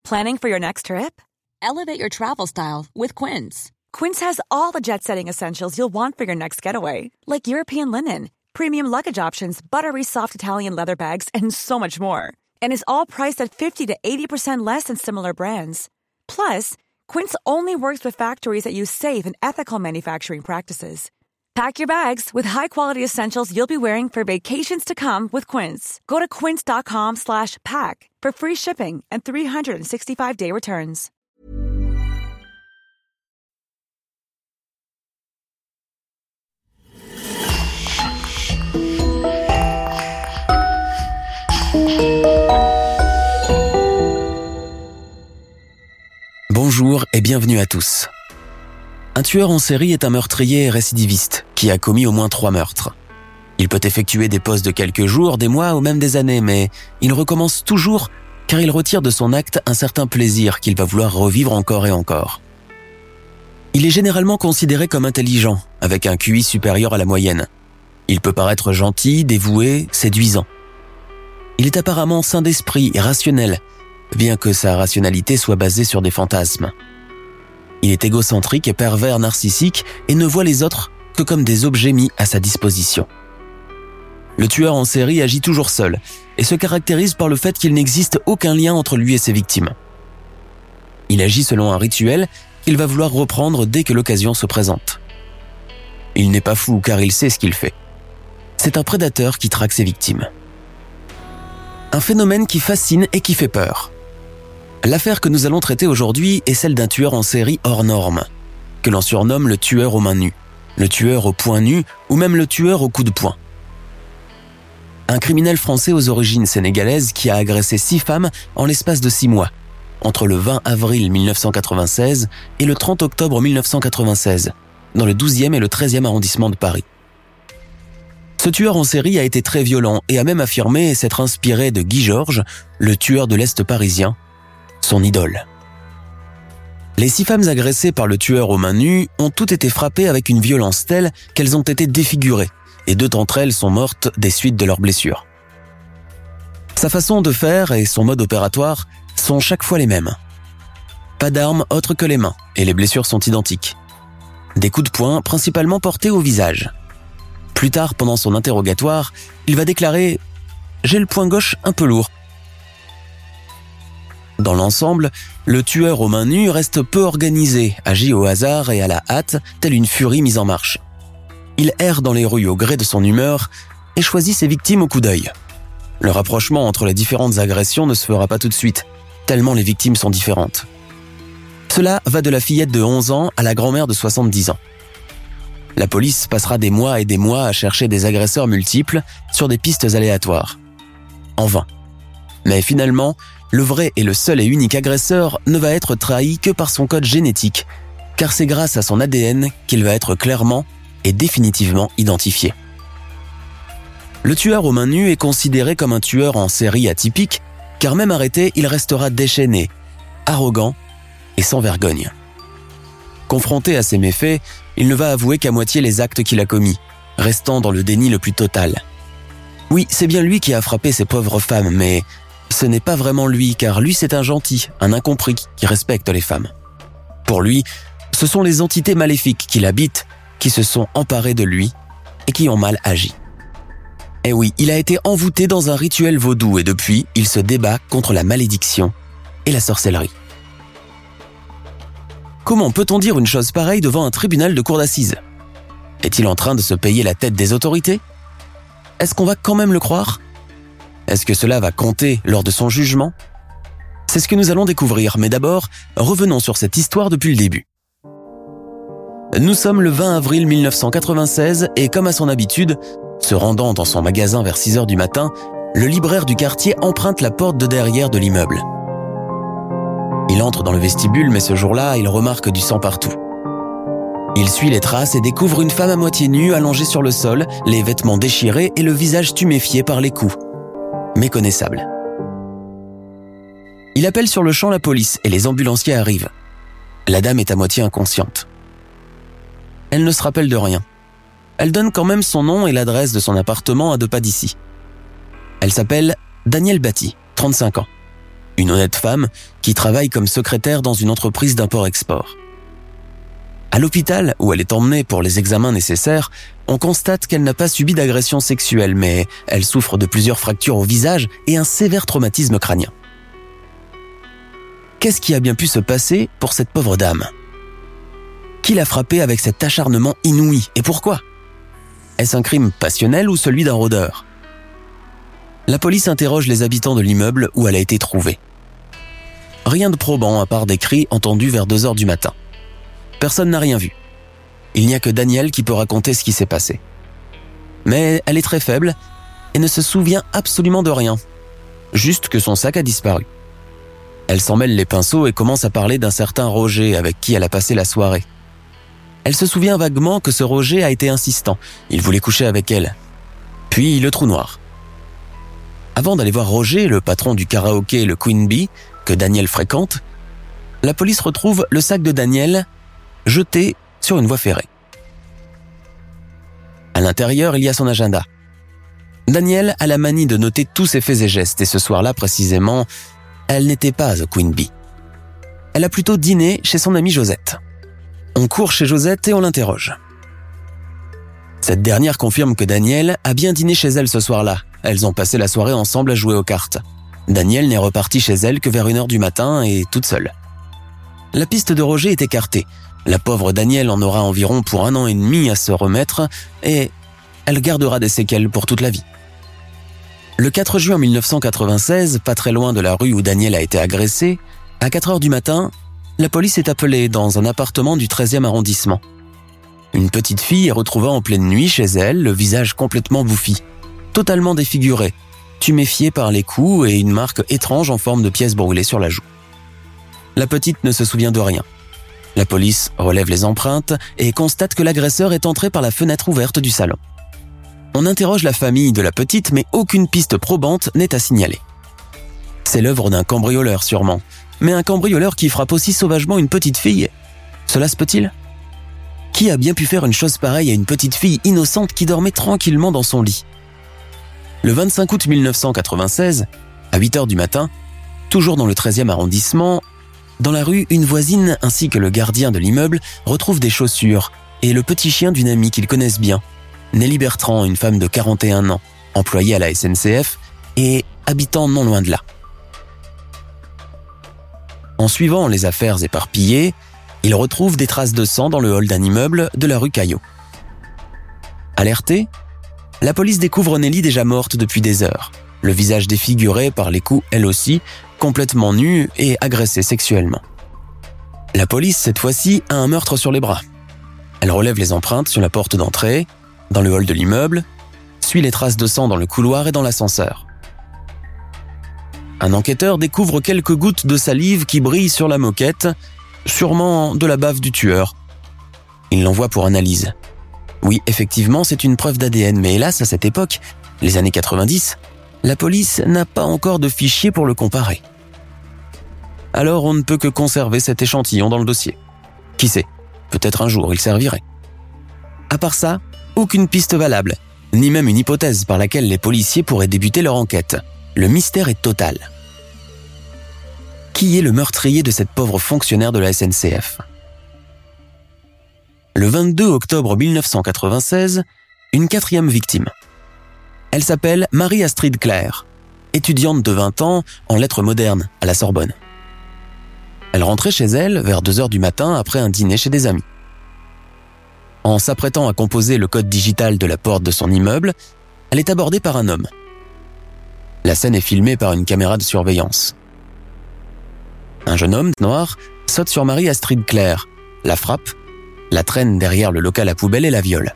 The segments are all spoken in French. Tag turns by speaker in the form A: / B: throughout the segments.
A: Planning for your next trip?
B: Elevate your travel style with Quince.
A: Quince has all the jet-setting essentials you'll want for your next getaway, like European linen, premium luggage options, buttery soft Italian leather bags, and so much more. And is all priced at 50 to 80% less than similar brands. Plus, Quince only works with factories that use safe and ethical manufacturing practices. Pack your bags with high-quality essentials you'll be wearing for vacations to come with Quince. Go to quince.com/pack for free shipping and 365-day returns.
C: Bonjour et bienvenue à tous. Un tueur en série est un meurtrier récidiviste qui a commis au moins 3 meurtres. Il peut effectuer des pauses de quelques jours, des mois ou même des années, mais il recommence toujours car il retire de son acte un certain plaisir qu'il va vouloir revivre encore et encore. Il est généralement considéré comme intelligent, avec un QI supérieur à la moyenne. Il peut paraître gentil, dévoué, séduisant. Il est apparemment sain d'esprit et rationnel, bien que sa rationalité soit basée sur des fantasmes. Il est égocentrique et pervers narcissique et ne voit les autres que comme des objets mis à sa disposition. Le tueur en série agit toujours seul et se caractérise par le fait qu'il n'existe aucun lien entre lui et ses victimes. Il agit selon un rituel qu'il va vouloir reprendre dès que l'occasion se présente. Il n'est pas fou car il sait ce qu'il fait. C'est un prédateur qui traque ses victimes. Un phénomène qui fascine et qui fait peur. L'affaire que nous allons traiter aujourd'hui est celle d'un tueur en série hors norme, que l'on surnomme le tueur aux mains nues, le tueur au poing nu ou même le tueur au coup de poing. Un criminel français aux origines sénégalaises qui a agressé 6 femmes en l'espace de 6 mois, entre le 20 avril 1996 et le 30 octobre 1996, dans le 12e et le 13e arrondissement de Paris. Ce tueur en série a été très violent et a même affirmé s'être inspiré de Guy Georges, le tueur de l'Est parisien, son idole. Les 6 femmes agressées par le tueur aux mains nues ont toutes été frappées avec une violence telle qu'elles ont été défigurées et 2 d'entre elles sont mortes des suites de leurs blessures. Sa façon de faire et son mode opératoire sont chaque fois les mêmes. Pas d'armes autres que les mains et les blessures sont identiques. Des coups de poing principalement portés au visage. Plus tard, pendant son interrogatoire, il va déclarer « J'ai le poing gauche un peu lourd ». Dans l'ensemble, le tueur aux mains nues reste peu organisé, agit au hasard et à la hâte, telle une furie mise en marche. Il erre dans les rues au gré de son humeur et choisit ses victimes au coup d'œil. Le rapprochement entre les différentes agressions ne se fera pas tout de suite, tellement les victimes sont différentes. Cela va de la fillette de 11 ans à la grand-mère de 70 ans. La police passera des mois et des mois à chercher des agresseurs multiples sur des pistes aléatoires. En vain. Mais finalement, le vrai et le seul et unique agresseur ne va être trahi que par son code génétique, car c'est grâce à son ADN qu'il va être clairement et définitivement identifié. Le tueur aux mains nues est considéré comme un tueur en série atypique, car même arrêté, il restera déchaîné, arrogant et sans vergogne. Confronté à ses méfaits, il ne va avouer qu'à moitié les actes qu'il a commis, restant dans le déni le plus total. Oui, c'est bien lui qui a frappé ces pauvres femmes, mais ce n'est pas vraiment lui, car lui c'est un gentil, un incompris qui respecte les femmes. Pour lui, ce sont les entités maléfiques qui l'habitent, qui se sont emparées de lui et qui ont mal agi. Et oui, il a été envoûté dans un rituel vaudou et depuis, il se débat contre la malédiction et la sorcellerie. Comment peut-on dire une chose pareille devant un tribunal de cour d'assises ? Est-il en train de se payer la tête des autorités ? Est-ce qu'on va quand même le croire ? Est-ce que cela va compter lors de son jugement ? C'est ce que nous allons découvrir, mais d'abord, revenons sur cette histoire depuis le début. Nous sommes le 20 avril 1996 et comme à son habitude, se rendant dans son magasin vers 6h du matin, le libraire du quartier emprunte la porte de derrière de l'immeuble. Il entre dans le vestibule, mais ce jour-là, il remarque du sang partout. Il suit les traces et découvre une femme à moitié nue allongée sur le sol, les vêtements déchirés et le visage tuméfié par les coups. Méconnaissable. Il appelle sur le champ la police et les ambulanciers arrivent. La dame est à moitié inconsciente. Elle ne se rappelle de rien. Elle donne quand même son nom et l'adresse de son appartement à 2 pas d'ici. Elle s'appelle Danielle Batty, 35 ans. une honnête femme qui travaille comme secrétaire dans une entreprise d'import-export. À l'hôpital, où elle est emmenée pour les examens nécessaires, on constate qu'elle n'a pas subi d'agression sexuelle, mais elle souffre de plusieurs fractures au visage et un sévère traumatisme crânien. Qu'est-ce qui a bien pu se passer pour cette pauvre dame ? Qui l'a frappée avec cet acharnement inouï et pourquoi ? Est-ce un crime passionnel ou celui d'un rôdeur ? La police interroge les habitants de l'immeuble où elle a été trouvée. Rien de probant à part des cris entendus vers 2 heures du matin. Personne n'a rien vu. Il n'y a que Danielle qui peut raconter ce qui s'est passé. Mais elle est très faible et ne se souvient absolument de rien. Juste que son sac a disparu. Elle s'en mêle les pinceaux et commence à parler d'un certain Roger avec qui elle a passé la soirée. Elle se souvient vaguement que ce Roger a été insistant. Il voulait coucher avec elle. Puis le trou noir. Avant d'aller voir Roger, le patron du karaoké le Queen Bee, que Danielle fréquente, la police retrouve le sac de Danielle jeté sur une voie ferrée. À l'intérieur, il y a son agenda. Danielle a la manie de noter tous ses faits et gestes, et ce soir-là précisément, elle n'était pas au Queen Bee. Elle a plutôt dîné chez son amie Josette. On court chez Josette et on l'interroge. Cette dernière confirme que Danielle a bien dîné chez elle ce soir-là. Elles ont passé la soirée ensemble à jouer aux cartes. Danielle n'est repartie chez elle que vers 1h du matin et toute seule. La piste de Roger est écartée. La pauvre Danielle en aura environ pour 1 an et demi à se remettre et elle gardera des séquelles pour toute la vie. Le 4 juin 1996, pas très loin de la rue où Danielle a été agressée, à 4h du matin, la police est appelée dans un appartement du 13e arrondissement. Une petite fille est retrouvée en pleine nuit chez elle, le visage complètement bouffi, totalement défiguré, tuméfiée par les coups et une marque étrange en forme de pièce brûlée sur la joue. La petite ne se souvient de rien. La police relève les empreintes et constate que l'agresseur est entré par la fenêtre ouverte du salon. On interroge la famille de la petite, mais aucune piste probante n'est à signaler. C'est l'œuvre d'un cambrioleur sûrement, mais un cambrioleur qui frappe aussi sauvagement une petite fille. Cela se peut-il ? Qui a bien pu faire une chose pareille à une petite fille innocente qui dormait tranquillement dans son lit ? Le 25 août 1996, à 8h du matin, toujours dans le 13e arrondissement, dans la rue, une voisine ainsi que le gardien de l'immeuble retrouvent des chaussures et le petit chien d'une amie qu'ils connaissent bien, Nelly Bertrand, une femme de 41 ans, employée à la SNCF et habitant non loin de là. En suivant les affaires éparpillées, ils retrouvent des traces de sang dans le hall d'un immeuble de la rue Caillot. Alertée, la police découvre Nelly déjà morte depuis des heures, le visage défiguré par les coups elle aussi, complètement nue et agressée sexuellement. La police, cette fois-ci, a un meurtre sur les bras. Elle relève les empreintes sur la porte d'entrée, dans le hall de l'immeuble, suit les traces de sang dans le couloir et dans l'ascenseur. Un enquêteur découvre quelques gouttes de salive qui brillent sur la moquette, sûrement de la bave du tueur. Il l'envoie pour analyse. Oui, effectivement, c'est une preuve d'ADN, mais hélas, à cette époque, les années 90, la police n'a pas encore de fichier pour le comparer. Alors on ne peut que conserver cet échantillon dans le dossier. Qui sait, peut-être un jour il servirait. À part ça, aucune piste valable, ni même une hypothèse par laquelle les policiers pourraient débuter leur enquête. Le mystère est total. Qui est le meurtrier de cette pauvre fonctionnaire de la SNCF ? Le 22 octobre 1996, une 4e victime. Elle s'appelle Marie-Astrid Claire, étudiante de 20 ans en lettres modernes à la Sorbonne. Elle rentrait chez elle vers 2h du matin après un dîner chez des amis. En s'apprêtant à composer le code digital de la porte de son immeuble, elle est abordée par un homme. La scène est filmée par une caméra de surveillance. Un jeune homme noir saute sur Marie-Astrid Claire, la frappe, la traîne derrière le local à poubelle et la viole.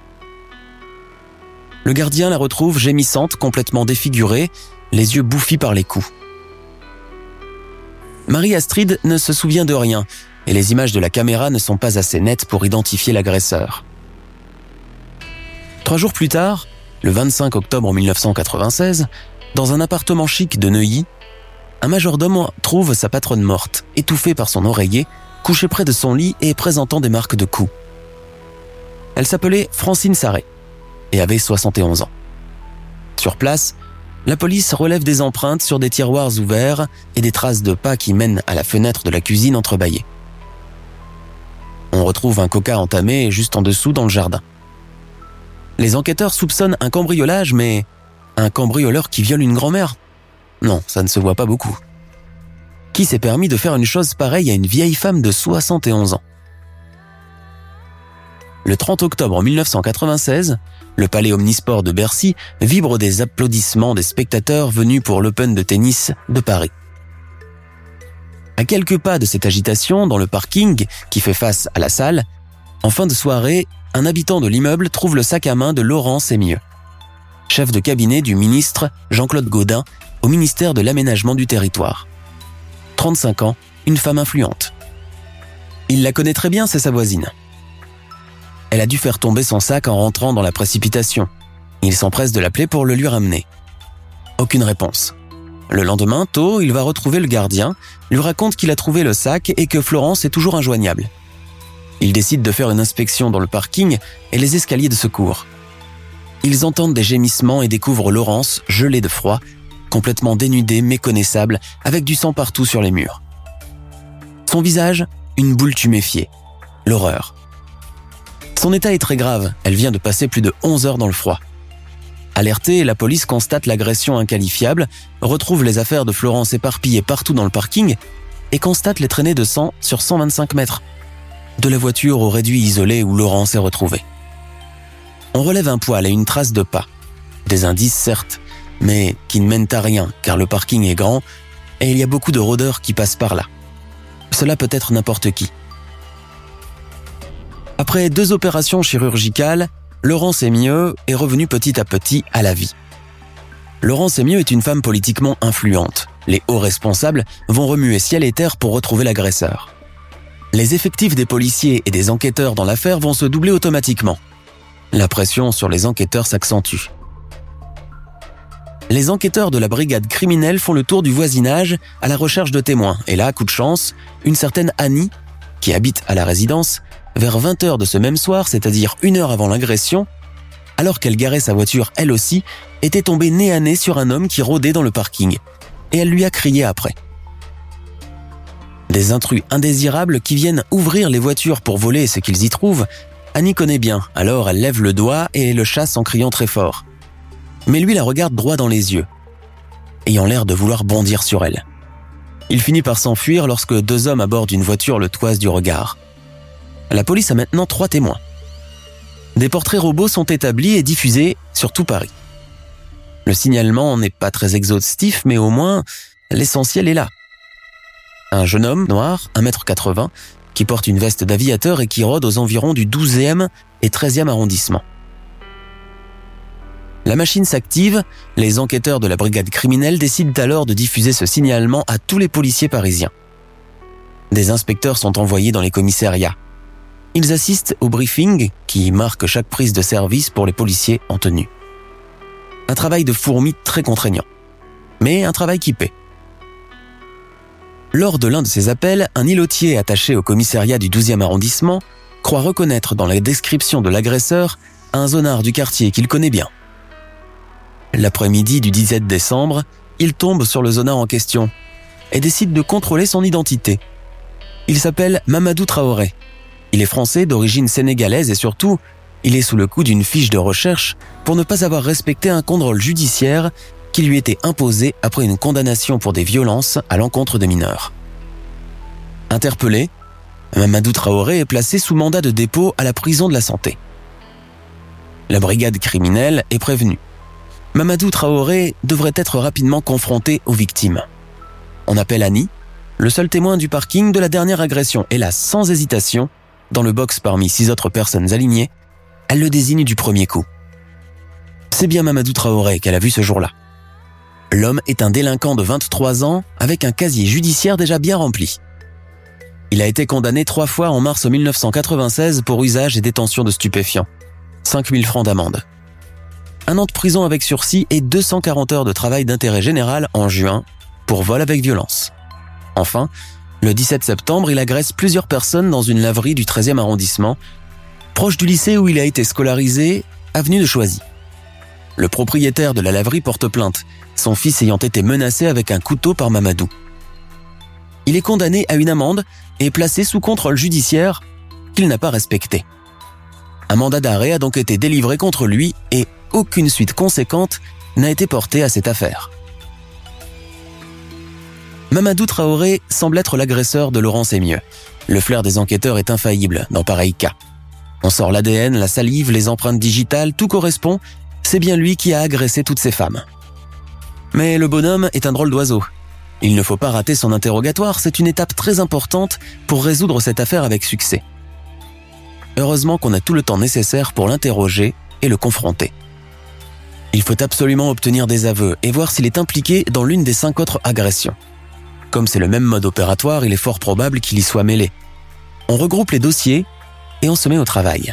C: Le gardien la retrouve gémissante, complètement défigurée, les yeux bouffis par les coups. Marie-Astrid ne se souvient de rien et les images de la caméra ne sont pas assez nettes pour identifier l'agresseur. 3 jours plus tard, le 25 octobre 1996, dans un appartement chic de Neuilly, un majordome trouve sa patronne morte, étouffée par son oreiller, couchée près de son lit et présentant des marques de coups. Elle s'appelait Francine Sarré et avait 71 ans. Sur place, la police relève des empreintes sur des tiroirs ouverts et des traces de pas qui mènent à la fenêtre de la cuisine entrebâillée. On retrouve un coca entamé juste en dessous dans le jardin. Les enquêteurs soupçonnent un cambriolage, mais un cambrioleur qui viole une grand-mère? Non, ça ne se voit pas beaucoup. Qui s'est permis de faire une chose pareille à une vieille femme de 71 ans? Le 30 octobre 1996, le palais Omnisport de Bercy vibre des applaudissements des spectateurs venus pour l'Open de tennis de Paris. À quelques pas de cette agitation, dans le parking qui fait face à la salle, en fin de soirée, un habitant de l'immeuble trouve le sac à main de Laurent Sémieux, chef de cabinet du ministre Jean-Claude Gaudin au ministère de l'Aménagement du Territoire. 35 ans, une femme influente. Il la connaît très bien, c'est sa voisine. Elle a dû faire tomber son sac en rentrant dans la précipitation. Il s'empresse de l'appeler pour le lui ramener. Aucune réponse. Le lendemain, tôt, il va retrouver le gardien, lui raconte qu'il a trouvé le sac et que Florence est toujours injoignable. Il décide de faire une inspection dans le parking et les escaliers de secours. Ils entendent des gémissements et découvrent Laurence, gelée de froid, complètement dénudée, méconnaissable, avec du sang partout sur les murs. Son visage, une boule tuméfiée. L'horreur. Son état est très grave, elle vient de passer plus de 11 heures dans le froid. Alertée, la police constate l'agression inqualifiable, retrouve les affaires de Florence éparpillées partout dans le parking et constate les traînées de sang sur 125 mètres de la voiture au réduit isolé où Laurence est retrouvée. On relève un poil et une trace de pas. Des indices certes, mais qui ne mènent à rien car le parking est grand et il y a beaucoup de rôdeurs qui passent par là. Cela peut être n'importe qui. Après 2 opérations chirurgicales, Laurent Sémieux est revenu petit à petit à la vie. Laurent Sémieux est une femme politiquement influente. Les hauts responsables vont remuer ciel et terre pour retrouver l'agresseur. Les effectifs des policiers et des enquêteurs dans l'affaire vont se doubler automatiquement. La pression sur les enquêteurs s'accentue. Les enquêteurs de la brigade criminelle font le tour du voisinage à la recherche de témoins. Et là, coup de chance, une certaine Annie, qui habite à la résidence, vers 20h de ce même soir, c'est-à-dire 1 heure avant l'agression, alors qu'elle garait sa voiture elle aussi, était tombée nez à nez sur un homme qui rôdait dans le parking. Et elle lui a crié après. Des intrus indésirables qui viennent ouvrir les voitures pour voler ce qu'ils y trouvent, Annie connaît bien, alors elle lève le doigt et le chasse en criant très fort. Mais lui la regarde droit dans les yeux, ayant l'air de vouloir bondir sur elle. Il finit par s'enfuir lorsque 2 hommes à bord d'une voiture le toisent du regard. La police a maintenant 3 témoins. Des portraits robots sont établis et diffusés sur tout Paris. Le signalement n'est pas très exhaustif, mais au moins, l'essentiel est là. Un jeune homme noir, 1m80, qui porte une veste d'aviateur et qui rôde aux environs du 12e et 13e arrondissement. La machine s'active, les enquêteurs de la brigade criminelle décident alors de diffuser ce signalement à tous les policiers parisiens. Des inspecteurs sont envoyés dans les commissariats. Ils assistent au briefing qui marque chaque prise de service pour les policiers en tenue. Un travail de fourmi très contraignant, mais un travail qui paie. Lors de l'un de ces appels, un îlotier attaché au commissariat du 12e arrondissement croit reconnaître dans la description de l'agresseur un zonard du quartier qu'il connaît bien. L'après-midi du 17 décembre, il tombe sur le zonard en question et décide de contrôler son identité. Il s'appelle Mamadou Traoré. Il est français d'origine sénégalaise et surtout, il est sous le coup d'une fiche de recherche pour ne pas avoir respecté un contrôle judiciaire qui lui était imposé après une condamnation pour des violences à l'encontre de mineurs. Interpellé, Mamadou Traoré est placé sous mandat de dépôt à la prison de la Santé. La brigade criminelle est prévenue. Mamadou Traoré devrait être rapidement confronté aux victimes. On appelle Annie, le seul témoin du parking de la dernière agression, et là, sans hésitation, dans le box parmi 6 autres personnes alignées, elle le désigne du premier coup. C'est bien Mamadou Traoré qu'elle a vu ce jour-là. L'homme est un délinquant de 23 ans avec un casier judiciaire déjà bien rempli. Il a été condamné 3 fois en mars 1996 pour usage et détention de stupéfiants. 5 000 francs d'amende. 1 an de prison avec sursis et 240 heures de travail d'intérêt général en juin pour vol avec violence. Enfin, le 17 septembre, il agresse plusieurs personnes dans une laverie du 13e arrondissement, proche du lycée où il a été scolarisé, avenue de Choisy. le propriétaire de la laverie porte plainte, son fils ayant été menacé avec un couteau par Mamadou. Il est condamné à une amende et placé sous contrôle judiciaire qu'il n'a pas respecté. Un mandat d'arrêt a donc été délivré contre lui et aucune suite conséquente n'a été portée à cette affaire. Mamadou Traoré semble être l'agresseur de Laurent Seigneux. Le flair des enquêteurs est infaillible dans pareil cas. On sort l'ADN, la salive, les empreintes digitales, tout correspond, c'est bien lui qui a agressé toutes ces femmes. Mais le bonhomme est un drôle d'oiseau. Il ne faut pas rater son interrogatoire, c'est une étape très importante pour résoudre cette affaire avec succès. Heureusement qu'on a tout le temps nécessaire pour l'interroger et le confronter. Il faut absolument obtenir des aveux et voir s'il est impliqué dans l'une des 5 autres agressions. Comme c'est le même mode opératoire, il est fort probable qu'il y soit mêlé. On regroupe les dossiers et on se met au travail.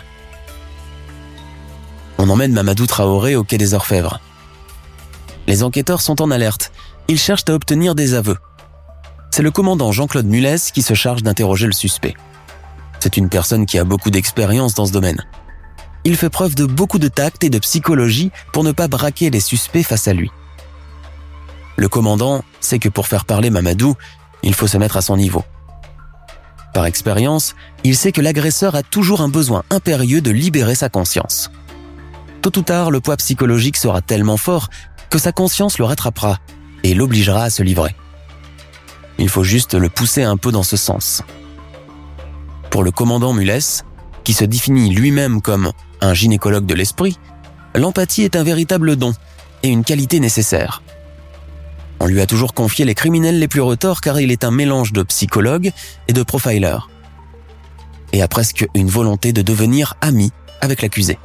C: On emmène Mamadou Traoré au quai des Orfèvres. Les enquêteurs sont en alerte. Ils cherchent à obtenir des aveux. C'est le commandant Jean-Claude Mulès qui se charge d'interroger le suspect. C'est une personne qui a beaucoup d'expérience dans ce domaine. Il fait preuve de beaucoup de tact et de psychologie pour ne pas braquer les suspects face à lui. Le commandant sait que pour faire parler Mamadou, il faut se mettre à son niveau. Par expérience, il sait que l'agresseur a toujours un besoin impérieux de libérer sa conscience. Tôt ou tard, le poids psychologique sera tellement fort que sa conscience le rattrapera et l'obligera à se livrer. Il faut juste le pousser un peu dans ce sens. Pour le commandant Mulès, qui se définit lui-même comme un gynécologue de l'esprit, l'empathie est un véritable don et une qualité nécessaire. On lui a toujours confié les criminels les plus retors car il est un mélange de psychologue et de profiler. Et a presque une volonté de devenir ami avec l'accusé.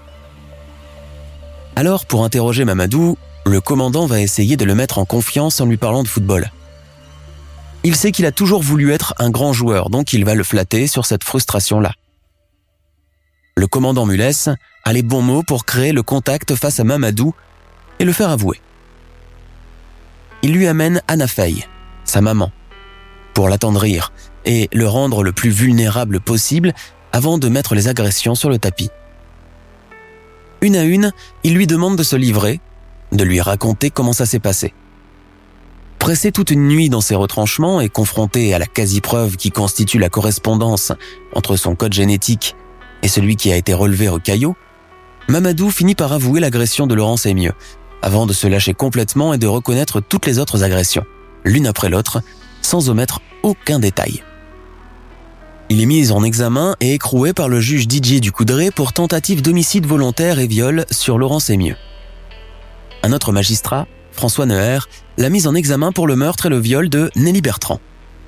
C: Alors, pour interroger Mamadou, le commandant va essayer de le mettre en confiance en lui parlant de football. Il sait qu'il a toujours voulu être un grand joueur, donc il va le flatter sur cette frustration-là. Le commandant Mulès a les bons mots pour créer le contact face à Mamadou et le faire avouer. Il lui amène Anna Faye, sa maman, pour l'attendrir et le rendre le plus vulnérable possible avant de mettre les agressions sur le tapis. Une à une, il lui demande de se livrer, de lui raconter comment ça s'est passé. Pressé toute une nuit dans ses retranchements et confronté à la quasi-preuve qui constitue la correspondance entre son code génétique et celui qui a été relevé au caillot, Mamadou finit par avouer l'agression de Laurent Seigneux, avant de se lâcher complètement et de reconnaître toutes les autres agressions, l'une après l'autre, sans omettre aucun détail. Il est mis en examen et écroué par le juge Didier Ducoudray pour tentative d'homicide volontaire et viol sur Laurent Seigneux. Un autre magistrat, François Neuer, l'a mis en examen pour le meurtre et le viol de Nelly Bertrand.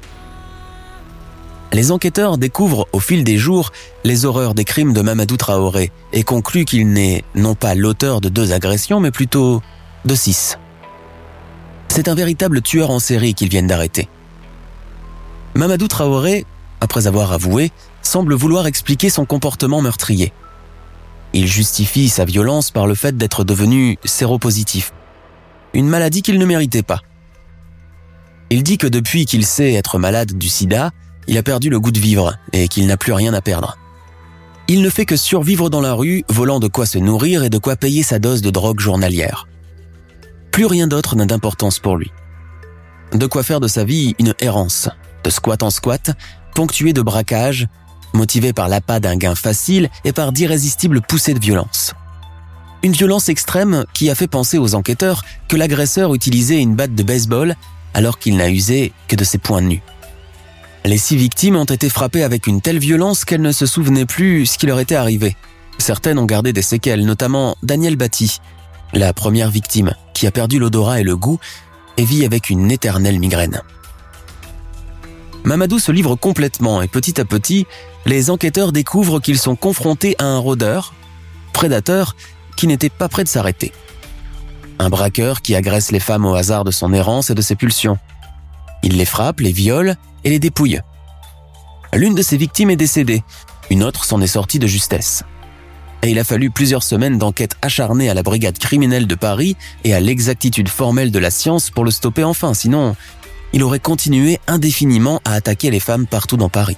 C: Les enquêteurs découvrent au fil des jours les horreurs des crimes de Mamadou Traoré et concluent qu'il n'est non pas l'auteur de 2 agressions, mais plutôt de 6. C'est un véritable tueur en série qu'ils viennent d'arrêter. Mamadou Traoré, après avoir avoué, semble vouloir expliquer son comportement meurtrier. Il justifie sa violence par le fait d'être devenu séropositif, une maladie qu'il ne méritait pas. Il dit que depuis qu'il sait être malade du sida, il a perdu le goût de vivre et qu'il n'a plus rien à perdre. Il ne fait que survivre dans la rue, volant de quoi se nourrir et de quoi payer sa dose de drogue journalière. Plus rien d'autre n'a d'importance pour lui. De quoi faire de sa vie une errance, de squat en squat, ponctuée de braquages, motivée par l'appât d'un gain facile et par d'irrésistibles poussées de violence. Une violence extrême qui a fait penser aux enquêteurs que l'agresseur utilisait une batte de baseball alors qu'il n'a usé que de ses poings nus. Les 6 victimes ont été frappées avec une telle violence qu'elles ne se souvenaient plus ce qui leur était arrivé. Certaines ont gardé des séquelles, notamment Daniel Bati, la première victime, qui a perdu l'odorat et le goût et vit avec une éternelle migraine. Mamadou se livre complètement et petit à petit, les enquêteurs découvrent qu'ils sont confrontés à un rôdeur, prédateur, qui n'était pas prêt de s'arrêter. Un braqueur qui agresse les femmes au hasard de son errance et de ses pulsions. Il les frappe, les viole et les dépouille. L'une de ses victimes est décédée, une autre s'en est sortie de justesse. Et il a fallu plusieurs semaines d'enquête acharnée à la brigade criminelle de Paris et à l'exactitude formelle de la science pour le stopper enfin, sinon il aurait continué indéfiniment à attaquer les femmes partout dans Paris.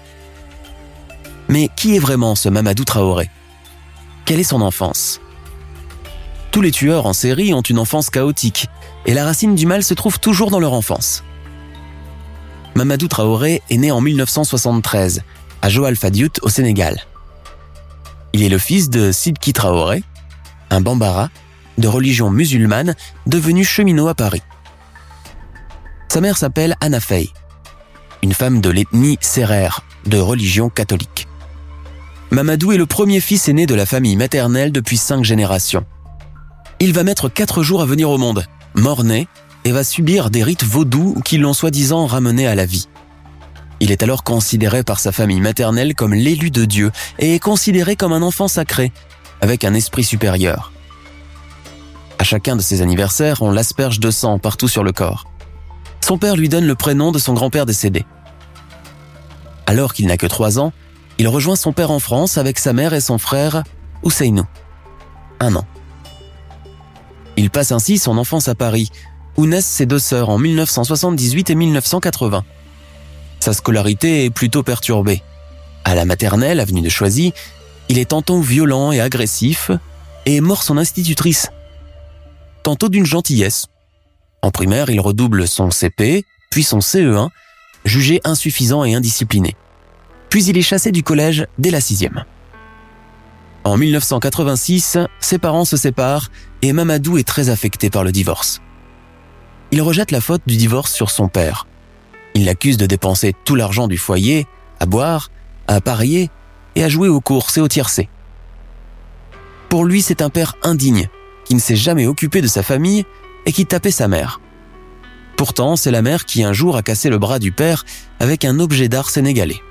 C: Mais qui est vraiment ce Mamadou Traoré ? Quelle est son enfance ? Tous les tueurs en série ont une enfance chaotique et la racine du mal se trouve toujours dans leur enfance. Mamadou Traoré est né en 1973 à Joal Fadiouth au Sénégal. Il est le fils de Sidki Traoré, un bambara de religion musulmane devenu cheminot à Paris. Sa mère s'appelle Anna Faye, une femme de l'ethnie sérère de religion catholique. Mamadou est le premier fils aîné de la famille maternelle depuis 5 générations. Il va mettre 4 jours à venir au monde, mort-né, et va subir des rites vaudous qui l'ont soi-disant ramené à la vie. Il est alors considéré par sa famille maternelle comme l'élu de Dieu et est considéré comme un enfant sacré, avec un esprit supérieur. À chacun de ses anniversaires, on l'asperge de sang partout sur le corps. Son père lui donne le prénom de son grand-père décédé. Alors qu'il n'a que 3 ans, il rejoint son père en France avec sa mère et son frère Ousseynou, 1 an. Il passe ainsi son enfance à Paris, où naissent ses 2 sœurs en 1978 et 1980. Sa scolarité est plutôt perturbée. À la maternelle, avenue de Choisy, il est tantôt violent et agressif et mord son institutrice. Tantôt d'une gentillesse. En primaire, il redouble son CP, puis son CE1, jugé insuffisant et indiscipliné. Puis il est chassé du collège dès la 6e. En 1986, ses parents se séparent et Mamadou est très affecté par le divorce. Il rejette la faute du divorce sur son père. Il l'accuse de dépenser tout l'argent du foyer, à boire, à parier et à jouer aux courses et au tiercé. Pour lui, c'est un père indigne, qui ne s'est jamais occupé de sa famille et qui tapait sa mère. Pourtant, c'est la mère qui un jour a cassé le bras du père avec un objet d'art sénégalais.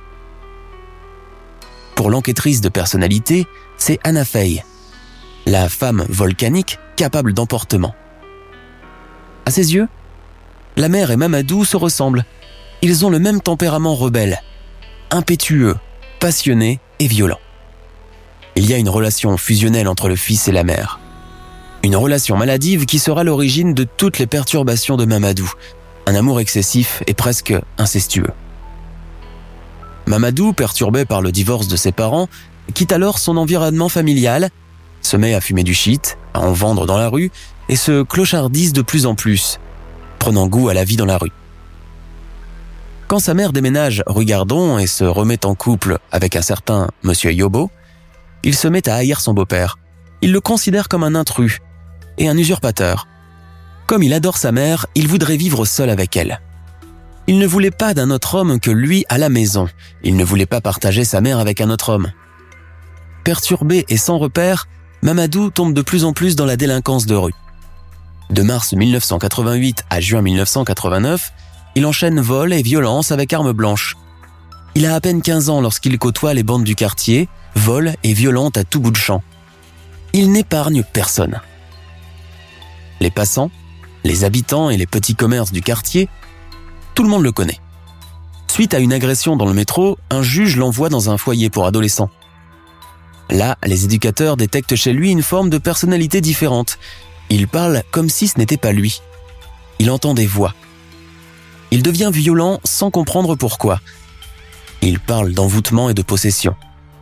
C: Pour l'enquêtrice de personnalité, c'est Anna Faye, la femme volcanique capable d'emportement. À ses yeux, la mère et Mamadou se ressemblent. Ils ont le même tempérament rebelle, impétueux, passionné et violent. Il y a une relation fusionnelle entre le fils et la mère. Une relation maladive qui sera l'origine de toutes les perturbations de Mamadou, un amour excessif et presque incestueux. Mamadou, perturbé par le divorce de ses parents, quitte alors son environnement familial, se met à fumer du shit, à en vendre dans la rue et se clochardise de plus en plus, prenant goût à la vie dans la rue. Quand sa mère déménage rue Gardon et se remet en couple avec un certain monsieur Yobo, il se met à haïr son beau-père. Il le considère comme un intrus et un usurpateur. Comme il adore sa mère, il voudrait vivre seul avec elle. Il ne voulait pas d'un autre homme que lui à la maison. Il ne voulait pas partager sa mère avec un autre homme. Perturbé et sans repère, Mamadou tombe de plus en plus dans la délinquance de rue. De mars 1988 à juin 1989, il enchaîne vol et violence avec arme blanche. Il a à peine 15 ans lorsqu'il côtoie les bandes du quartier, vol et violente à tout bout de champ. Il n'épargne personne. Les passants, les habitants et les petits commerces du quartier, tout le monde le connaît. Suite à une agression dans le métro, un juge l'envoie dans un foyer pour adolescents. Là, les éducateurs détectent chez lui une forme de personnalité différente. Il parle comme si ce n'était pas lui. Il entend des voix. Il devient violent sans comprendre pourquoi. Il parle d'envoûtement et de possession.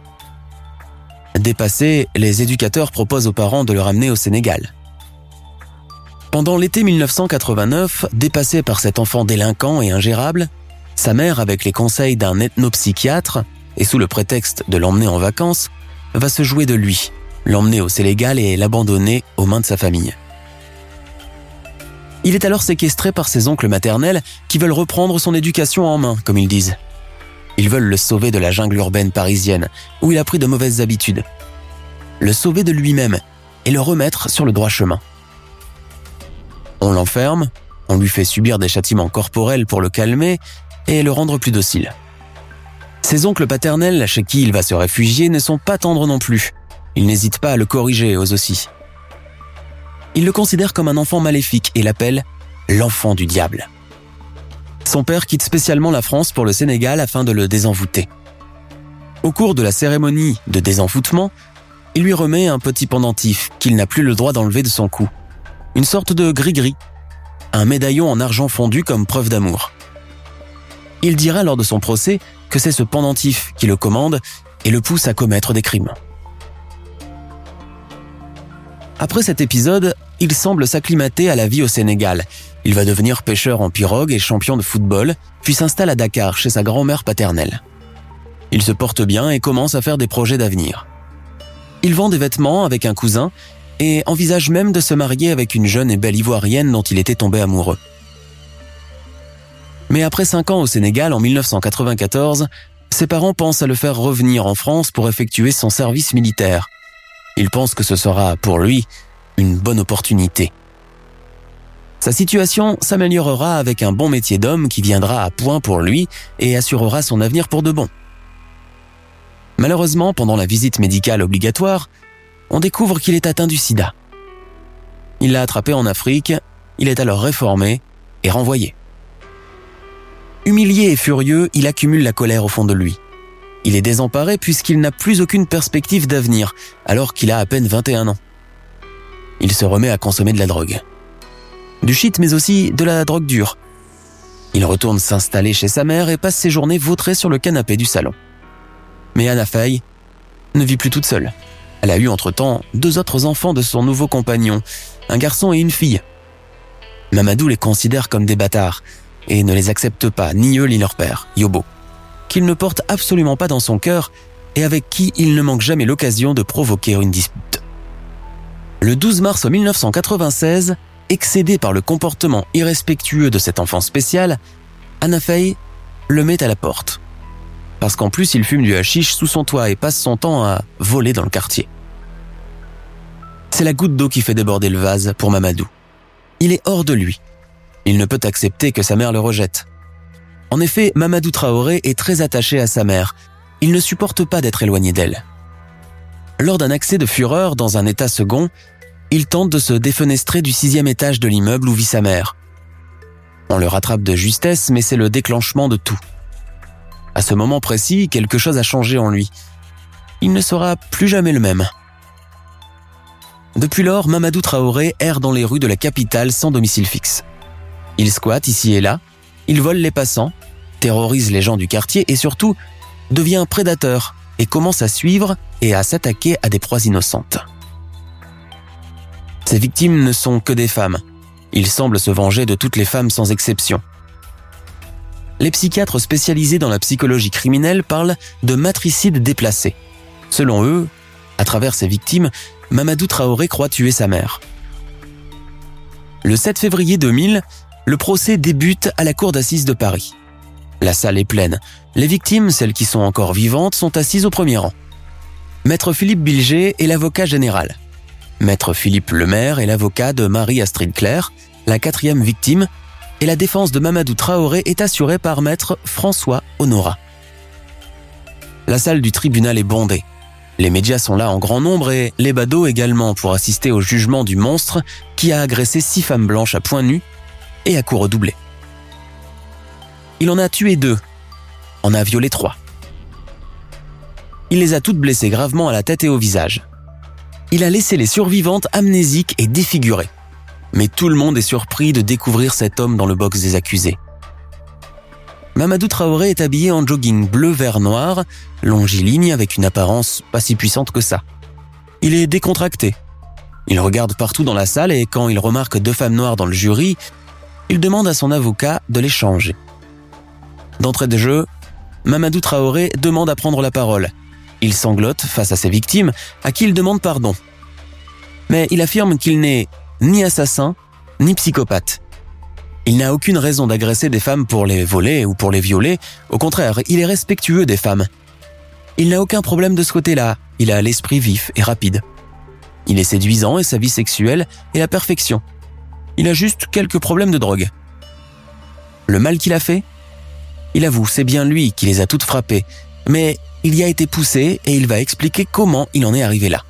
C: Dépassés, les éducateurs proposent aux parents de le ramener au Sénégal. Pendant l'été 1989, dépassé par cet enfant délinquant et ingérable, sa mère, avec les conseils d'un ethnopsychiatre et sous le prétexte de l'emmener en vacances, va se jouer de lui, l'emmener au Sénégal et l'abandonner aux mains de sa famille. Il est alors séquestré par ses oncles maternels qui veulent reprendre son éducation en main, comme ils disent. Ils veulent le sauver de la jungle urbaine parisienne, où il a pris de mauvaises habitudes. Le sauver de lui-même et le remettre sur le droit chemin. On l'enferme, on lui fait subir des châtiments corporels pour le calmer et le rendre plus docile. Ses oncles paternels, chez qui il va se réfugier, ne sont pas tendres non plus. Ils n'hésitent pas à le corriger eux aussi. Ils le considèrent comme un enfant maléfique et l'appellent « l'enfant du diable ». Son père quitte spécialement la France pour le Sénégal afin de le désenvoûter. Au cours de la cérémonie de désenvoûtement, il lui remet un petit pendentif qu'il n'a plus le droit d'enlever de son cou. Une sorte de gris-gris, un médaillon en argent fondu comme preuve d'amour. Il dira lors de son procès que c'est ce pendentif qui le commande et le pousse à commettre des crimes. Après cet épisode, il semble s'acclimater à la vie au Sénégal. Il va devenir pêcheur en pirogue et champion de football, puis s'installe à Dakar chez sa grand-mère paternelle. Il se porte bien et commence à faire des projets d'avenir. Il vend des vêtements avec un cousin et envisage même de se marier avec une jeune et belle ivoirienne dont il était tombé amoureux. Mais après 5 ans au Sénégal, en 1994, ses parents pensent à le faire revenir en France pour effectuer son service militaire. Il pense que ce sera, pour lui, une bonne opportunité. Sa situation s'améliorera avec un bon métier d'homme qui viendra à point pour lui et assurera son avenir pour de bon. Malheureusement, pendant la visite médicale obligatoire, on découvre qu'il est atteint du sida. Il l'a attrapé en Afrique, il est alors réformé et renvoyé. Humilié et furieux, il accumule la colère au fond de lui. Il est désemparé puisqu'il n'a plus aucune perspective d'avenir, alors qu'il a à peine 21 ans. Il se remet à consommer de la drogue. Du shit, mais aussi de la drogue dure. Il retourne s'installer chez sa mère et passe ses journées vautrées sur le canapé du salon. Mais Anna Faye ne vit plus toute seule. Elle a eu entre-temps 2 autres enfants de son nouveau compagnon, un garçon et une fille. Mamadou les considère comme des bâtards et ne les accepte pas, ni eux ni leur père, Yobo, qu'il ne porte absolument pas dans son cœur et avec qui il ne manque jamais l'occasion de provoquer une dispute. Le 12 mars 1996, excédée par le comportement irrespectueux de cet enfant spécial, Anna Faye le met à la porte. Parce qu'en plus, il fume du hashish sous son toit et passe son temps à voler dans le quartier. C'est la goutte d'eau qui fait déborder le vase pour Mamadou. Il est hors de lui. Il ne peut accepter que sa mère le rejette. En effet, Mamadou Traoré est très attaché à sa mère. Il ne supporte pas d'être éloigné d'elle. Lors d'un accès de fureur dans un état second, il tente de se défenestrer du 6e étage de l'immeuble où vit sa mère. On le rattrape de justesse, mais c'est le déclenchement de tout. À ce moment précis, quelque chose a changé en lui. Il ne sera plus jamais le même. Depuis lors, Mamadou Traoré erre dans les rues de la capitale sans domicile fixe. Il squatte ici et là, il vole les passants, terrorise les gens du quartier et surtout devient un prédateur et commence à suivre et à s'attaquer à des proies innocentes. Ses victimes ne sont que des femmes. Il semble se venger de toutes les femmes sans exception. Les psychiatres spécialisés dans la psychologie criminelle parlent de matricide déplacé. Selon eux, à travers ses victimes, Mamadou Traoré croit tuer sa mère. Le 7 février 2000, le procès débute à la cour d'assises de Paris. La salle est pleine. Les victimes, celles qui sont encore vivantes, sont assises au premier rang. Maître Philippe Bilger est l'avocat général. Maître Philippe Lemaire est l'avocat de Marie-Astrid Claire, la 4e victime, et la défense de Mamadou Traoré est assurée par maître François Honorat. La salle du tribunal est bondée. Les médias sont là en grand nombre et les badauds également pour assister au jugement du monstre qui a agressé 6 femmes blanches à poings nus et à coups redoublés. Il en a tué 2, en a violé 3. Il les a toutes blessées gravement à la tête et au visage. Il a laissé les survivantes amnésiques et défigurées. Mais tout le monde est surpris de découvrir cet homme dans le box des accusés. Mamadou Traoré est habillé en jogging bleu vert noir, longiligne avec une apparence pas si puissante que ça. Il est décontracté. Il regarde partout dans la salle et quand il remarque 2 femmes noires dans le jury, il demande à son avocat de les changer. D'entrée de jeu, Mamadou Traoré demande à prendre la parole. Il sanglote face à ses victimes, à qui il demande pardon. Mais il affirme qu'il n'est ni assassin, ni psychopathe. Il n'a aucune raison d'agresser des femmes pour les voler ou pour les violer. Au contraire, il est respectueux des femmes. Il n'a aucun problème de ce côté-là. Il a l'esprit vif et rapide. Il est séduisant et sa vie sexuelle est la perfection. Il a juste quelques problèmes de drogue. Le mal qu'il a fait ? Il avoue, c'est bien lui qui les a toutes frappées. Mais il y a été poussé et il va expliquer comment il en est arrivé là.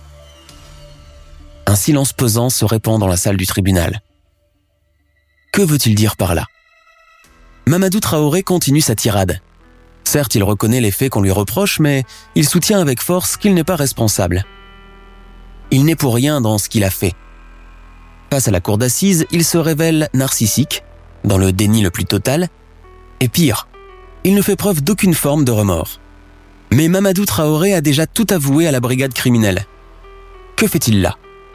C: Un silence pesant se répand dans la salle du tribunal. Que veut-il dire par là ? Mamadou Traoré continue sa tirade. Certes, il reconnaît les faits qu'on lui reproche, mais il soutient avec force qu'il n'est pas responsable. Il n'est pour rien dans ce qu'il a fait. Face à la cour d'assises, il se révèle narcissique, dans le déni le plus total, et pire, il ne fait preuve d'aucune forme de remords. Mais Mamadou Traoré a déjà tout avoué à la brigade criminelle. Que fait-il là ?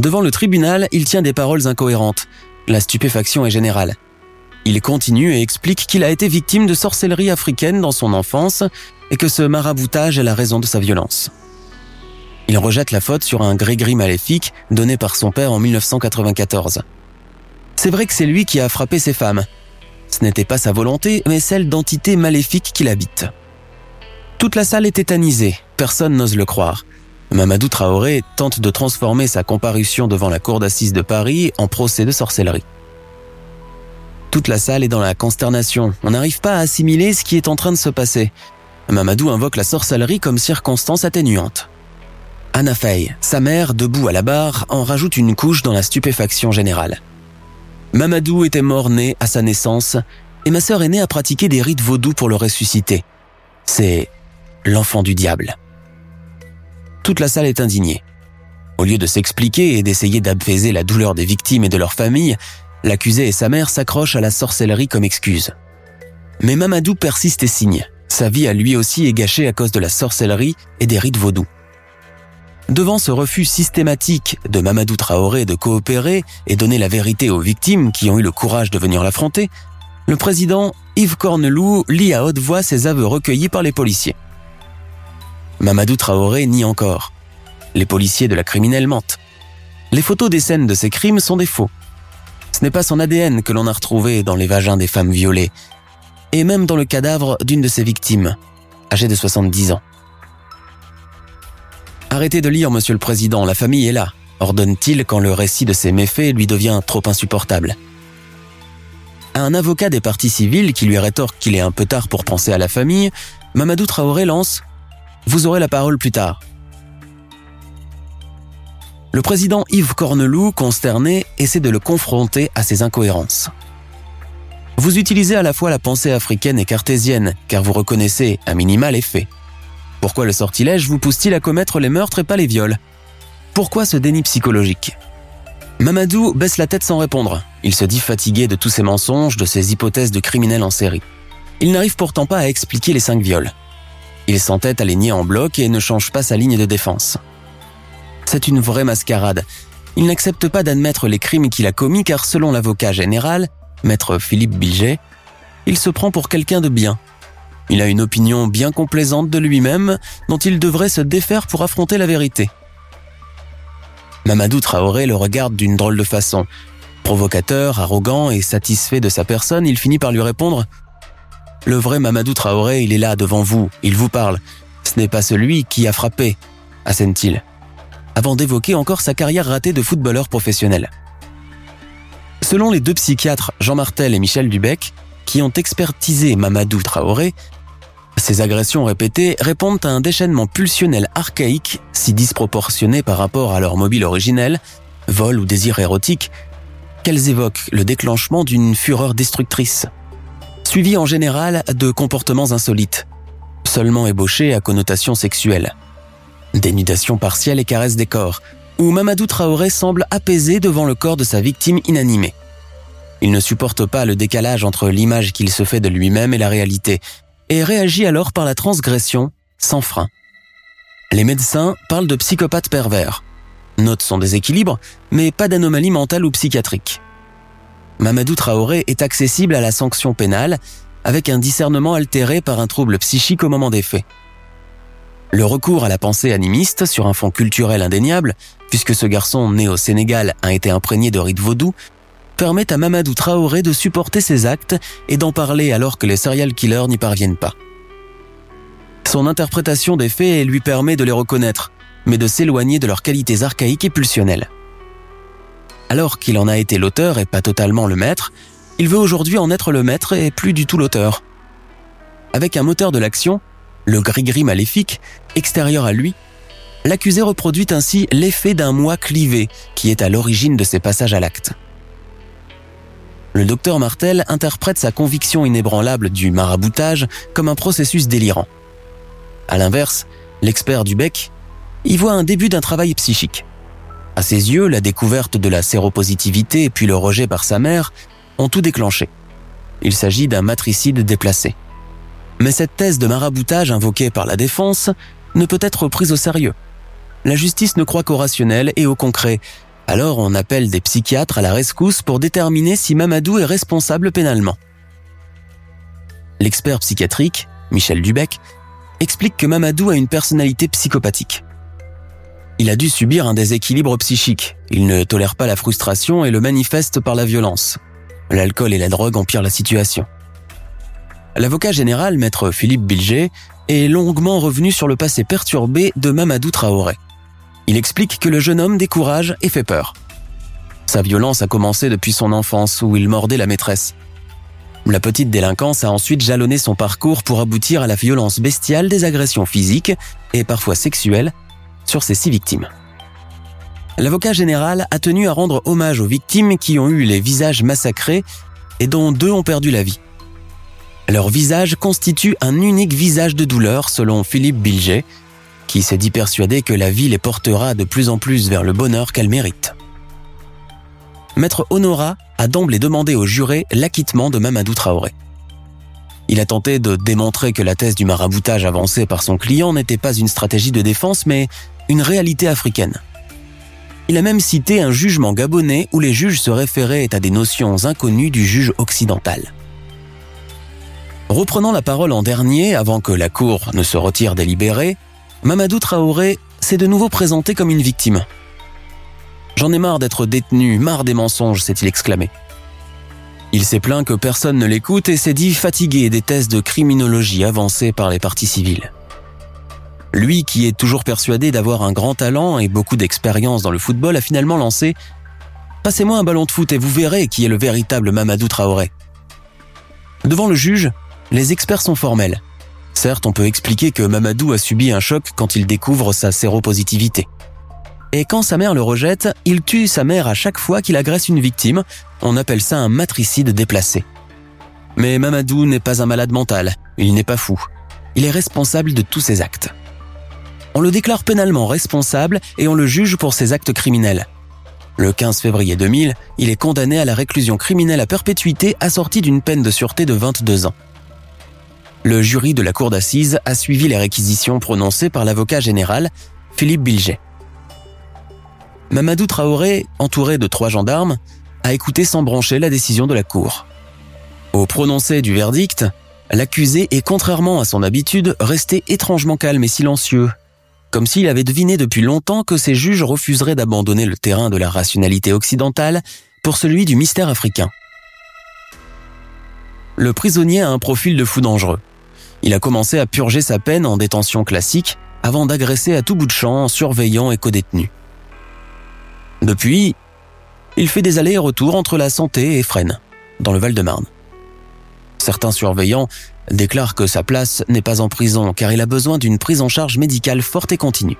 C: Devant le tribunal, il tient des paroles incohérentes. La stupéfaction est générale. Il continue et explique qu'il a été victime de sorcellerie africaine dans son enfance et que ce maraboutage est la raison de sa violence. Il rejette la faute sur un grégri maléfique donné par son père en 1994. C'est vrai que c'est lui qui a frappé ses femmes. Ce n'était pas sa volonté, mais celle d'entités maléfiques qui l'habitent. Toute la salle est tétanisée, personne n'ose le croire. Mamadou Traoré tente de transformer sa comparution devant la cour d'assises de Paris en procès de sorcellerie. Toute la salle est dans la consternation, on n'arrive pas à assimiler ce qui est en train de se passer. Mamadou invoque la sorcellerie comme circonstance atténuante. Anna Faye, sa mère, debout à la barre, en rajoute une couche dans la stupéfaction générale. Mamadou était mort-né à sa naissance et ma sœur aînée a pratiqué des rites vaudous pour le ressusciter. C'est l'enfant du diable. Toute la salle est indignée. Au lieu de s'expliquer et d'essayer d'apaiser la douleur des victimes et de leurs familles, l'accusé et sa mère s'accrochent à la sorcellerie comme excuse. Mais Mamadou persiste et signe. Sa vie à lui aussi est gâchée à cause de la sorcellerie et des rites vaudous. Devant ce refus systématique de Mamadou Traoré de coopérer et donner la vérité aux victimes qui ont eu le courage de venir l'affronter, le président Yves Corneloup lit à haute voix ses aveux recueillis par les policiers. Mamadou Traoré nie encore. Les policiers de la criminelle mentent. Les photos des scènes de ces crimes sont des faux. Ce n'est pas son ADN que l'on a retrouvé dans les vagins des femmes violées, et même dans le cadavre d'une de ses victimes, âgée de 70 ans. Arrêtez de lire, monsieur le président, la famille est là, ordonne-t-il quand le récit de ses méfaits lui devient trop insupportable. À un avocat des parties civiles qui lui rétorque qu'il est un peu tard pour penser à la famille, Mamadou Traoré lance « Vous aurez la parole plus tard ». Le président Yves Corneloup, consterné, essaie de le confronter à ses incohérences. Vous utilisez à la fois la pensée africaine et cartésienne, car vous reconnaissez, à minima, les faits. Pourquoi le sortilège vous pousse-t-il à commettre les meurtres et pas les viols? Pourquoi ce déni psychologique? Mamadou baisse la tête sans répondre. Il se dit fatigué de tous ces mensonges, de ces hypothèses de criminels en série. Il n'arrive pourtant pas à expliquer les 5 viols. Il s'entête à les nier en bloc et ne change pas sa ligne de défense. C'est une vraie mascarade. Il n'accepte pas d'admettre les crimes qu'il a commis car selon l'avocat général, maître Philippe Bilger, il se prend pour quelqu'un de bien. Il a une opinion bien complaisante de lui-même dont il devrait se défaire pour affronter la vérité. Mamadou Traoré le regarde d'une drôle de façon. Provocateur, arrogant et satisfait de sa personne, il finit par lui répondre « Le vrai Mamadou Traoré, il est là devant vous, il vous parle. Ce n'est pas celui qui a frappé », assène-t-il, avant d'évoquer encore sa carrière ratée de footballeur professionnel. Selon les 2 psychiatres Jean Martel et Michel Dubec, qui ont expertisé Mamadou Traoré, ces agressions répétées répondent à un déchaînement pulsionnel archaïque si disproportionné par rapport à leur mobile originel, vol ou désir érotique, qu'elles évoquent le déclenchement d'une fureur destructrice, suivie en général de comportements insolites, seulement ébauchés à connotation sexuelle. Dénudation partielle et caresse des corps, où Mamadou Traoré semble apaisé devant le corps de sa victime inanimée. Il ne supporte pas le décalage entre l'image qu'il se fait de lui-même et la réalité, et réagit alors par la transgression, sans frein. Les médecins parlent de psychopathe pervers. Note son déséquilibre, mais pas d'anomalie mentale ou psychiatrique. Mamadou Traoré est accessible à la sanction pénale, avec un discernement altéré par un trouble psychique au moment des faits. Le recours à la pensée animiste sur un fond culturel indéniable, puisque ce garçon né au Sénégal a été imprégné de rites vaudous, permet à Mamadou Traoré de supporter ses actes et d'en parler alors que les serial killers n'y parviennent pas. Son interprétation des faits lui permet de les reconnaître, mais de s'éloigner de leurs qualités archaïques et pulsionnelles. Alors qu'il en a été l'auteur et pas totalement le maître, il veut aujourd'hui en être le maître et plus du tout l'auteur. Avec un moteur de l'action, le gris-gris maléfique, extérieur à lui, l'accusé reproduit ainsi l'effet d'un moi clivé qui est à l'origine de ses passages à l'acte. Le docteur Martel interprète sa conviction inébranlable du maraboutage comme un processus délirant. À l'inverse, l'expert Dubec y voit un début d'un travail psychique. À ses yeux, la découverte de la séropositivité puis le rejet par sa mère ont tout déclenché. Il s'agit d'un matricide déplacé. Mais cette thèse de maraboutage invoquée par la défense ne peut être prise au sérieux. La justice ne croit qu'au rationnel et au concret, Alors on appelle des psychiatres à la rescousse pour déterminer si Mamadou est responsable pénalement. L'expert psychiatrique, Michel Dubec, explique que Mamadou a une personnalité psychopathique. Il a dû subir un déséquilibre psychique. Il ne tolère pas la frustration et le manifeste par la violence. L'alcool et la drogue empirent la situation. L'avocat général, maître Philippe Bilger, est longuement revenu sur le passé perturbé de Mamadou Traoré. Il explique que le jeune homme décourage et fait peur. Sa violence a commencé depuis son enfance où il mordait la maîtresse. La petite délinquance a ensuite jalonné son parcours pour aboutir à la violence bestiale des agressions physiques et parfois sexuelles sur ses 6 victimes. L'avocat général a tenu à rendre hommage aux victimes qui ont eu les visages massacrés et dont 2 ont perdu la vie. Leur visage constitue un unique visage de douleur selon Philippe Bilger, qui s'est dit persuadé que la vie les portera de plus en plus vers le bonheur qu'elles méritent. Maître Honora a d'emblée demandé aux jurés l'acquittement de Mamadou Traoré. Il a tenté de démontrer que la thèse du maraboutage avancée par son client n'était pas une stratégie de défense mais une réalité africaine. Il a même cité un jugement gabonais où les juges se référaient à des notions inconnues du juge occidental. Reprenant la parole en dernier, avant que la cour ne se retire délibérée, Mamadou Traoré s'est de nouveau présenté comme une victime. « J'en ai marre d'être détenu, marre des mensonges », s'est-il exclamé. Il s'est plaint que personne ne l'écoute et s'est dit fatigué des thèses de criminologie avancées par les parties civiles. Lui, qui est toujours persuadé d'avoir un grand talent et beaucoup d'expérience dans le football, a finalement lancé « Passez-moi un ballon de foot et vous verrez qui est le véritable Mamadou Traoré ». Devant le juge, les experts sont formels. Certes, on peut expliquer que Mamadou a subi un choc quand il découvre sa séropositivité. Et quand sa mère le rejette, il tue sa mère à chaque fois qu'il agresse une victime. On appelle ça un matricide déplacé. Mais Mamadou n'est pas un malade mental, il n'est pas fou. Il est responsable de tous ses actes. On le déclare pénalement responsable et on le juge pour ses actes criminels. Le 15 février 2000, il est condamné à la réclusion criminelle à perpétuité assortie d'une peine de sûreté de 22 ans. Le jury de la cour d'assises a suivi les réquisitions prononcées par l'avocat général, Philippe Bilger. Mamadou Traoré, entouré de 3 gendarmes, a écouté sans broncher la décision de la cour. Au prononcé du verdict, l'accusé est, contrairement à son habitude, resté étrangement calme et silencieux, comme s'il avait deviné depuis longtemps que ses juges refuseraient d'abandonner le terrain de la rationalité occidentale pour celui du mystère africain. Le prisonnier a un profil de fou dangereux. Il a commencé à purger sa peine en détention classique avant d'agresser à tout bout de champ surveillants et codétenus. Depuis, il fait des allers-retours entre la Santé et Fresnes, dans le Val-de-Marne. Certains surveillants déclarent que sa place n'est pas en prison car il a besoin d'une prise en charge médicale forte et continue.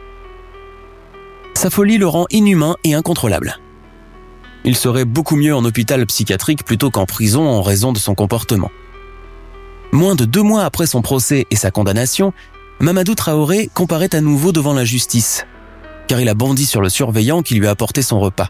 C: Sa folie le rend inhumain et incontrôlable. Il serait beaucoup mieux en hôpital psychiatrique plutôt qu'en prison en raison de son comportement. Moins de 2 mois après son procès et sa condamnation, Mamadou Traoré comparaît à nouveau devant la justice, car il a bondi sur le surveillant qui lui a apporté son repas.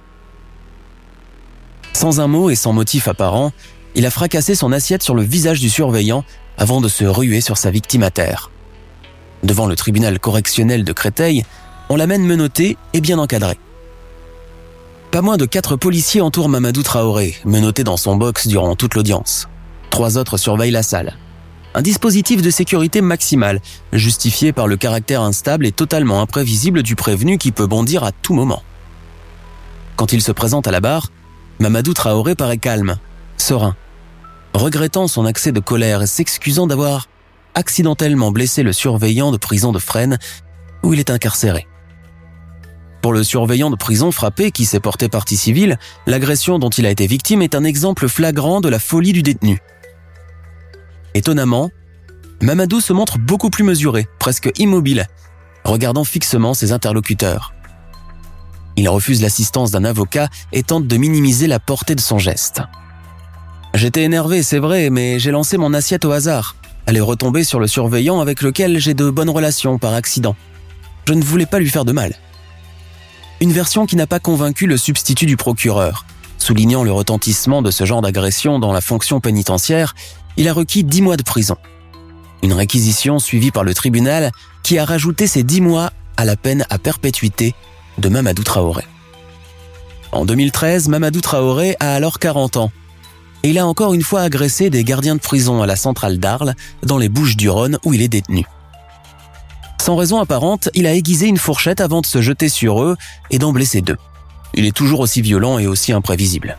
C: Sans un mot et sans motif apparent, il a fracassé son assiette sur le visage du surveillant avant de se ruer sur sa victime à terre. Devant le tribunal correctionnel de Créteil, on l'amène menotté et bien encadré. Pas moins de 4 policiers entourent Mamadou Traoré, menotté dans son box durant toute l'audience. 3 autres surveillent la salle. Un dispositif de sécurité maximale, justifié par le caractère instable et totalement imprévisible du prévenu qui peut bondir à tout moment. Quand il se présente à la barre, Mamadou Traoré paraît calme, serein, regrettant son accès de colère et s'excusant d'avoir accidentellement blessé le surveillant de prison de Fresnes où il est incarcéré. Pour le surveillant de prison frappé qui s'est porté partie civile, l'agression dont il a été victime est un exemple flagrant de la folie du détenu. Étonnamment, Mamadou se montre beaucoup plus mesuré, presque immobile, regardant fixement ses interlocuteurs. Il refuse l'assistance d'un avocat et tente de minimiser la portée de son geste. « J'étais énervé, c'est vrai, mais j'ai lancé mon assiette au hasard. Elle est retombée sur le surveillant avec lequel j'ai de bonnes relations par accident. Je ne voulais pas lui faire de mal. » Une version qui n'a pas convaincu le substitut du procureur. Soulignant le retentissement de ce genre d'agression dans la fonction pénitentiaire, il a requis 10 mois de prison. Une réquisition suivie par le tribunal qui a rajouté ces 10 mois à la peine à perpétuité de Mamadou Traoré. En 2013, Mamadou Traoré a alors 40 ans. Et il a encore une fois agressé des gardiens de prison à la centrale d'Arles, dans les Bouches-du-Rhône où il est détenu. Sans raison apparente, il a aiguisé une fourchette avant de se jeter sur eux et d'en blesser 2. Il est toujours aussi violent et aussi imprévisible.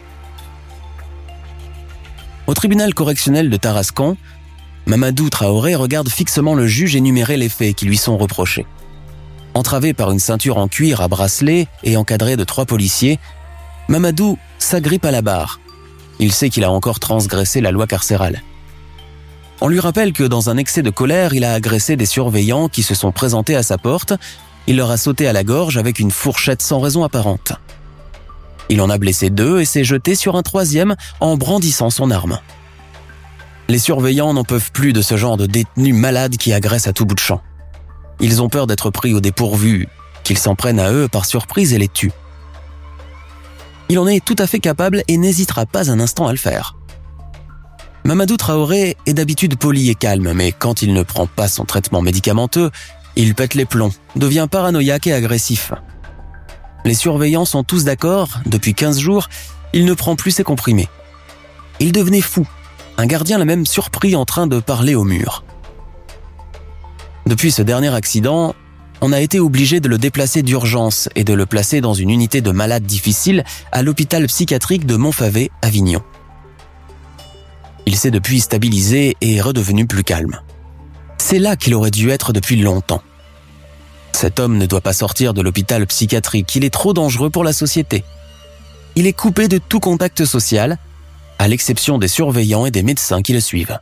C: Au tribunal correctionnel de Tarascon, Mamadou Traoré regarde fixement le juge énumérer les faits qui lui sont reprochés. Entravé par une ceinture en cuir à bracelet et encadré de 3 policiers, Mamadou s'agrippe à la barre. Il sait qu'il a encore transgressé la loi carcérale. On lui rappelle que dans un excès de colère, il a agressé des surveillants qui se sont présentés à sa porte. Il leur a sauté à la gorge avec une fourchette sans raison apparente. Il en a blessé 2 et s'est jeté sur un 3e en brandissant son arme. Les surveillants n'en peuvent plus de ce genre de détenus malades qui agressent à tout bout de champ. Ils ont peur d'être pris au dépourvu, qu'ils s'en prennent à eux par surprise et les tuent. Il en est tout à fait capable et n'hésitera pas un instant à le faire. Mamadou Traoré est d'habitude poli et calme, mais quand il ne prend pas son traitement médicamenteux, il pète les plombs, devient paranoïaque et agressif. Les surveillants sont tous d'accord, depuis 15 jours, il ne prend plus ses comprimés. Il devenait fou. Un gardien l'a même surpris en train de parler au mur. Depuis ce dernier accident, on a été obligé de le déplacer d'urgence et de le placer dans une unité de malades difficiles à l'hôpital psychiatrique de Montfavet, Avignon. Il s'est depuis stabilisé et est redevenu plus calme. C'est là qu'il aurait dû être depuis longtemps. Cet homme ne doit pas sortir de l'hôpital psychiatrique, il est trop dangereux pour la société. Il est coupé de tout contact social, à l'exception des surveillants et des médecins qui le suivent.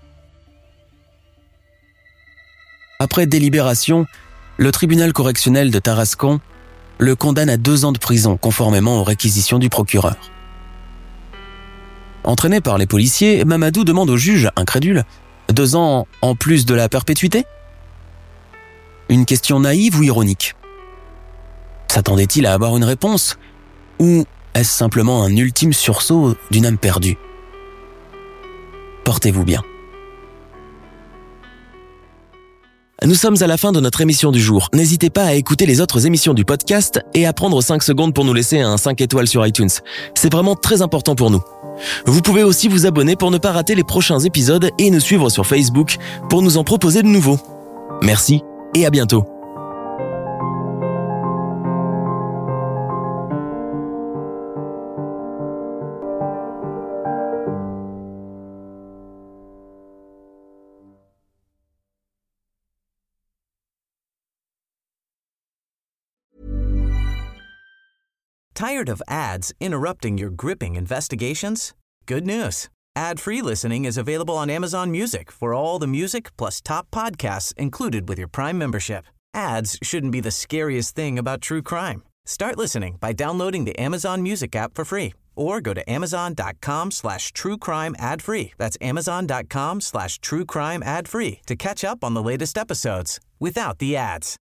C: Après délibération, le tribunal correctionnel de Tarascon le condamne à 2 ans de prison conformément aux réquisitions du procureur. Entraîné par les policiers, Mamadou demande au juge, incrédule, 2 ans en plus de la perpétuité ? Une question naïve ou ironique ? S'attendait-il à avoir une réponse ? Ou est-ce simplement un ultime sursaut d'une âme perdue ? Portez-vous bien. Nous sommes à la fin de notre émission du jour. N'hésitez pas à écouter les autres émissions du podcast et à prendre 5 secondes pour nous laisser un 5 étoiles sur iTunes. C'est vraiment très important pour nous. Vous pouvez aussi vous abonner pour ne pas rater les prochains épisodes et nous suivre sur Facebook pour nous en proposer de nouveaux. Merci et à bientôt.
D: Tired of ads interrupting your gripping investigations? Good news. Ad-free listening is available on Amazon Music for all the music plus top podcasts included with your Prime membership. Ads shouldn't be the scariest thing about true crime. Start listening by downloading the Amazon Music app for free or go to amazon.com/truecrime ad-free. That's amazon.com/truecrime ad-free to catch up on the latest episodes without the ads.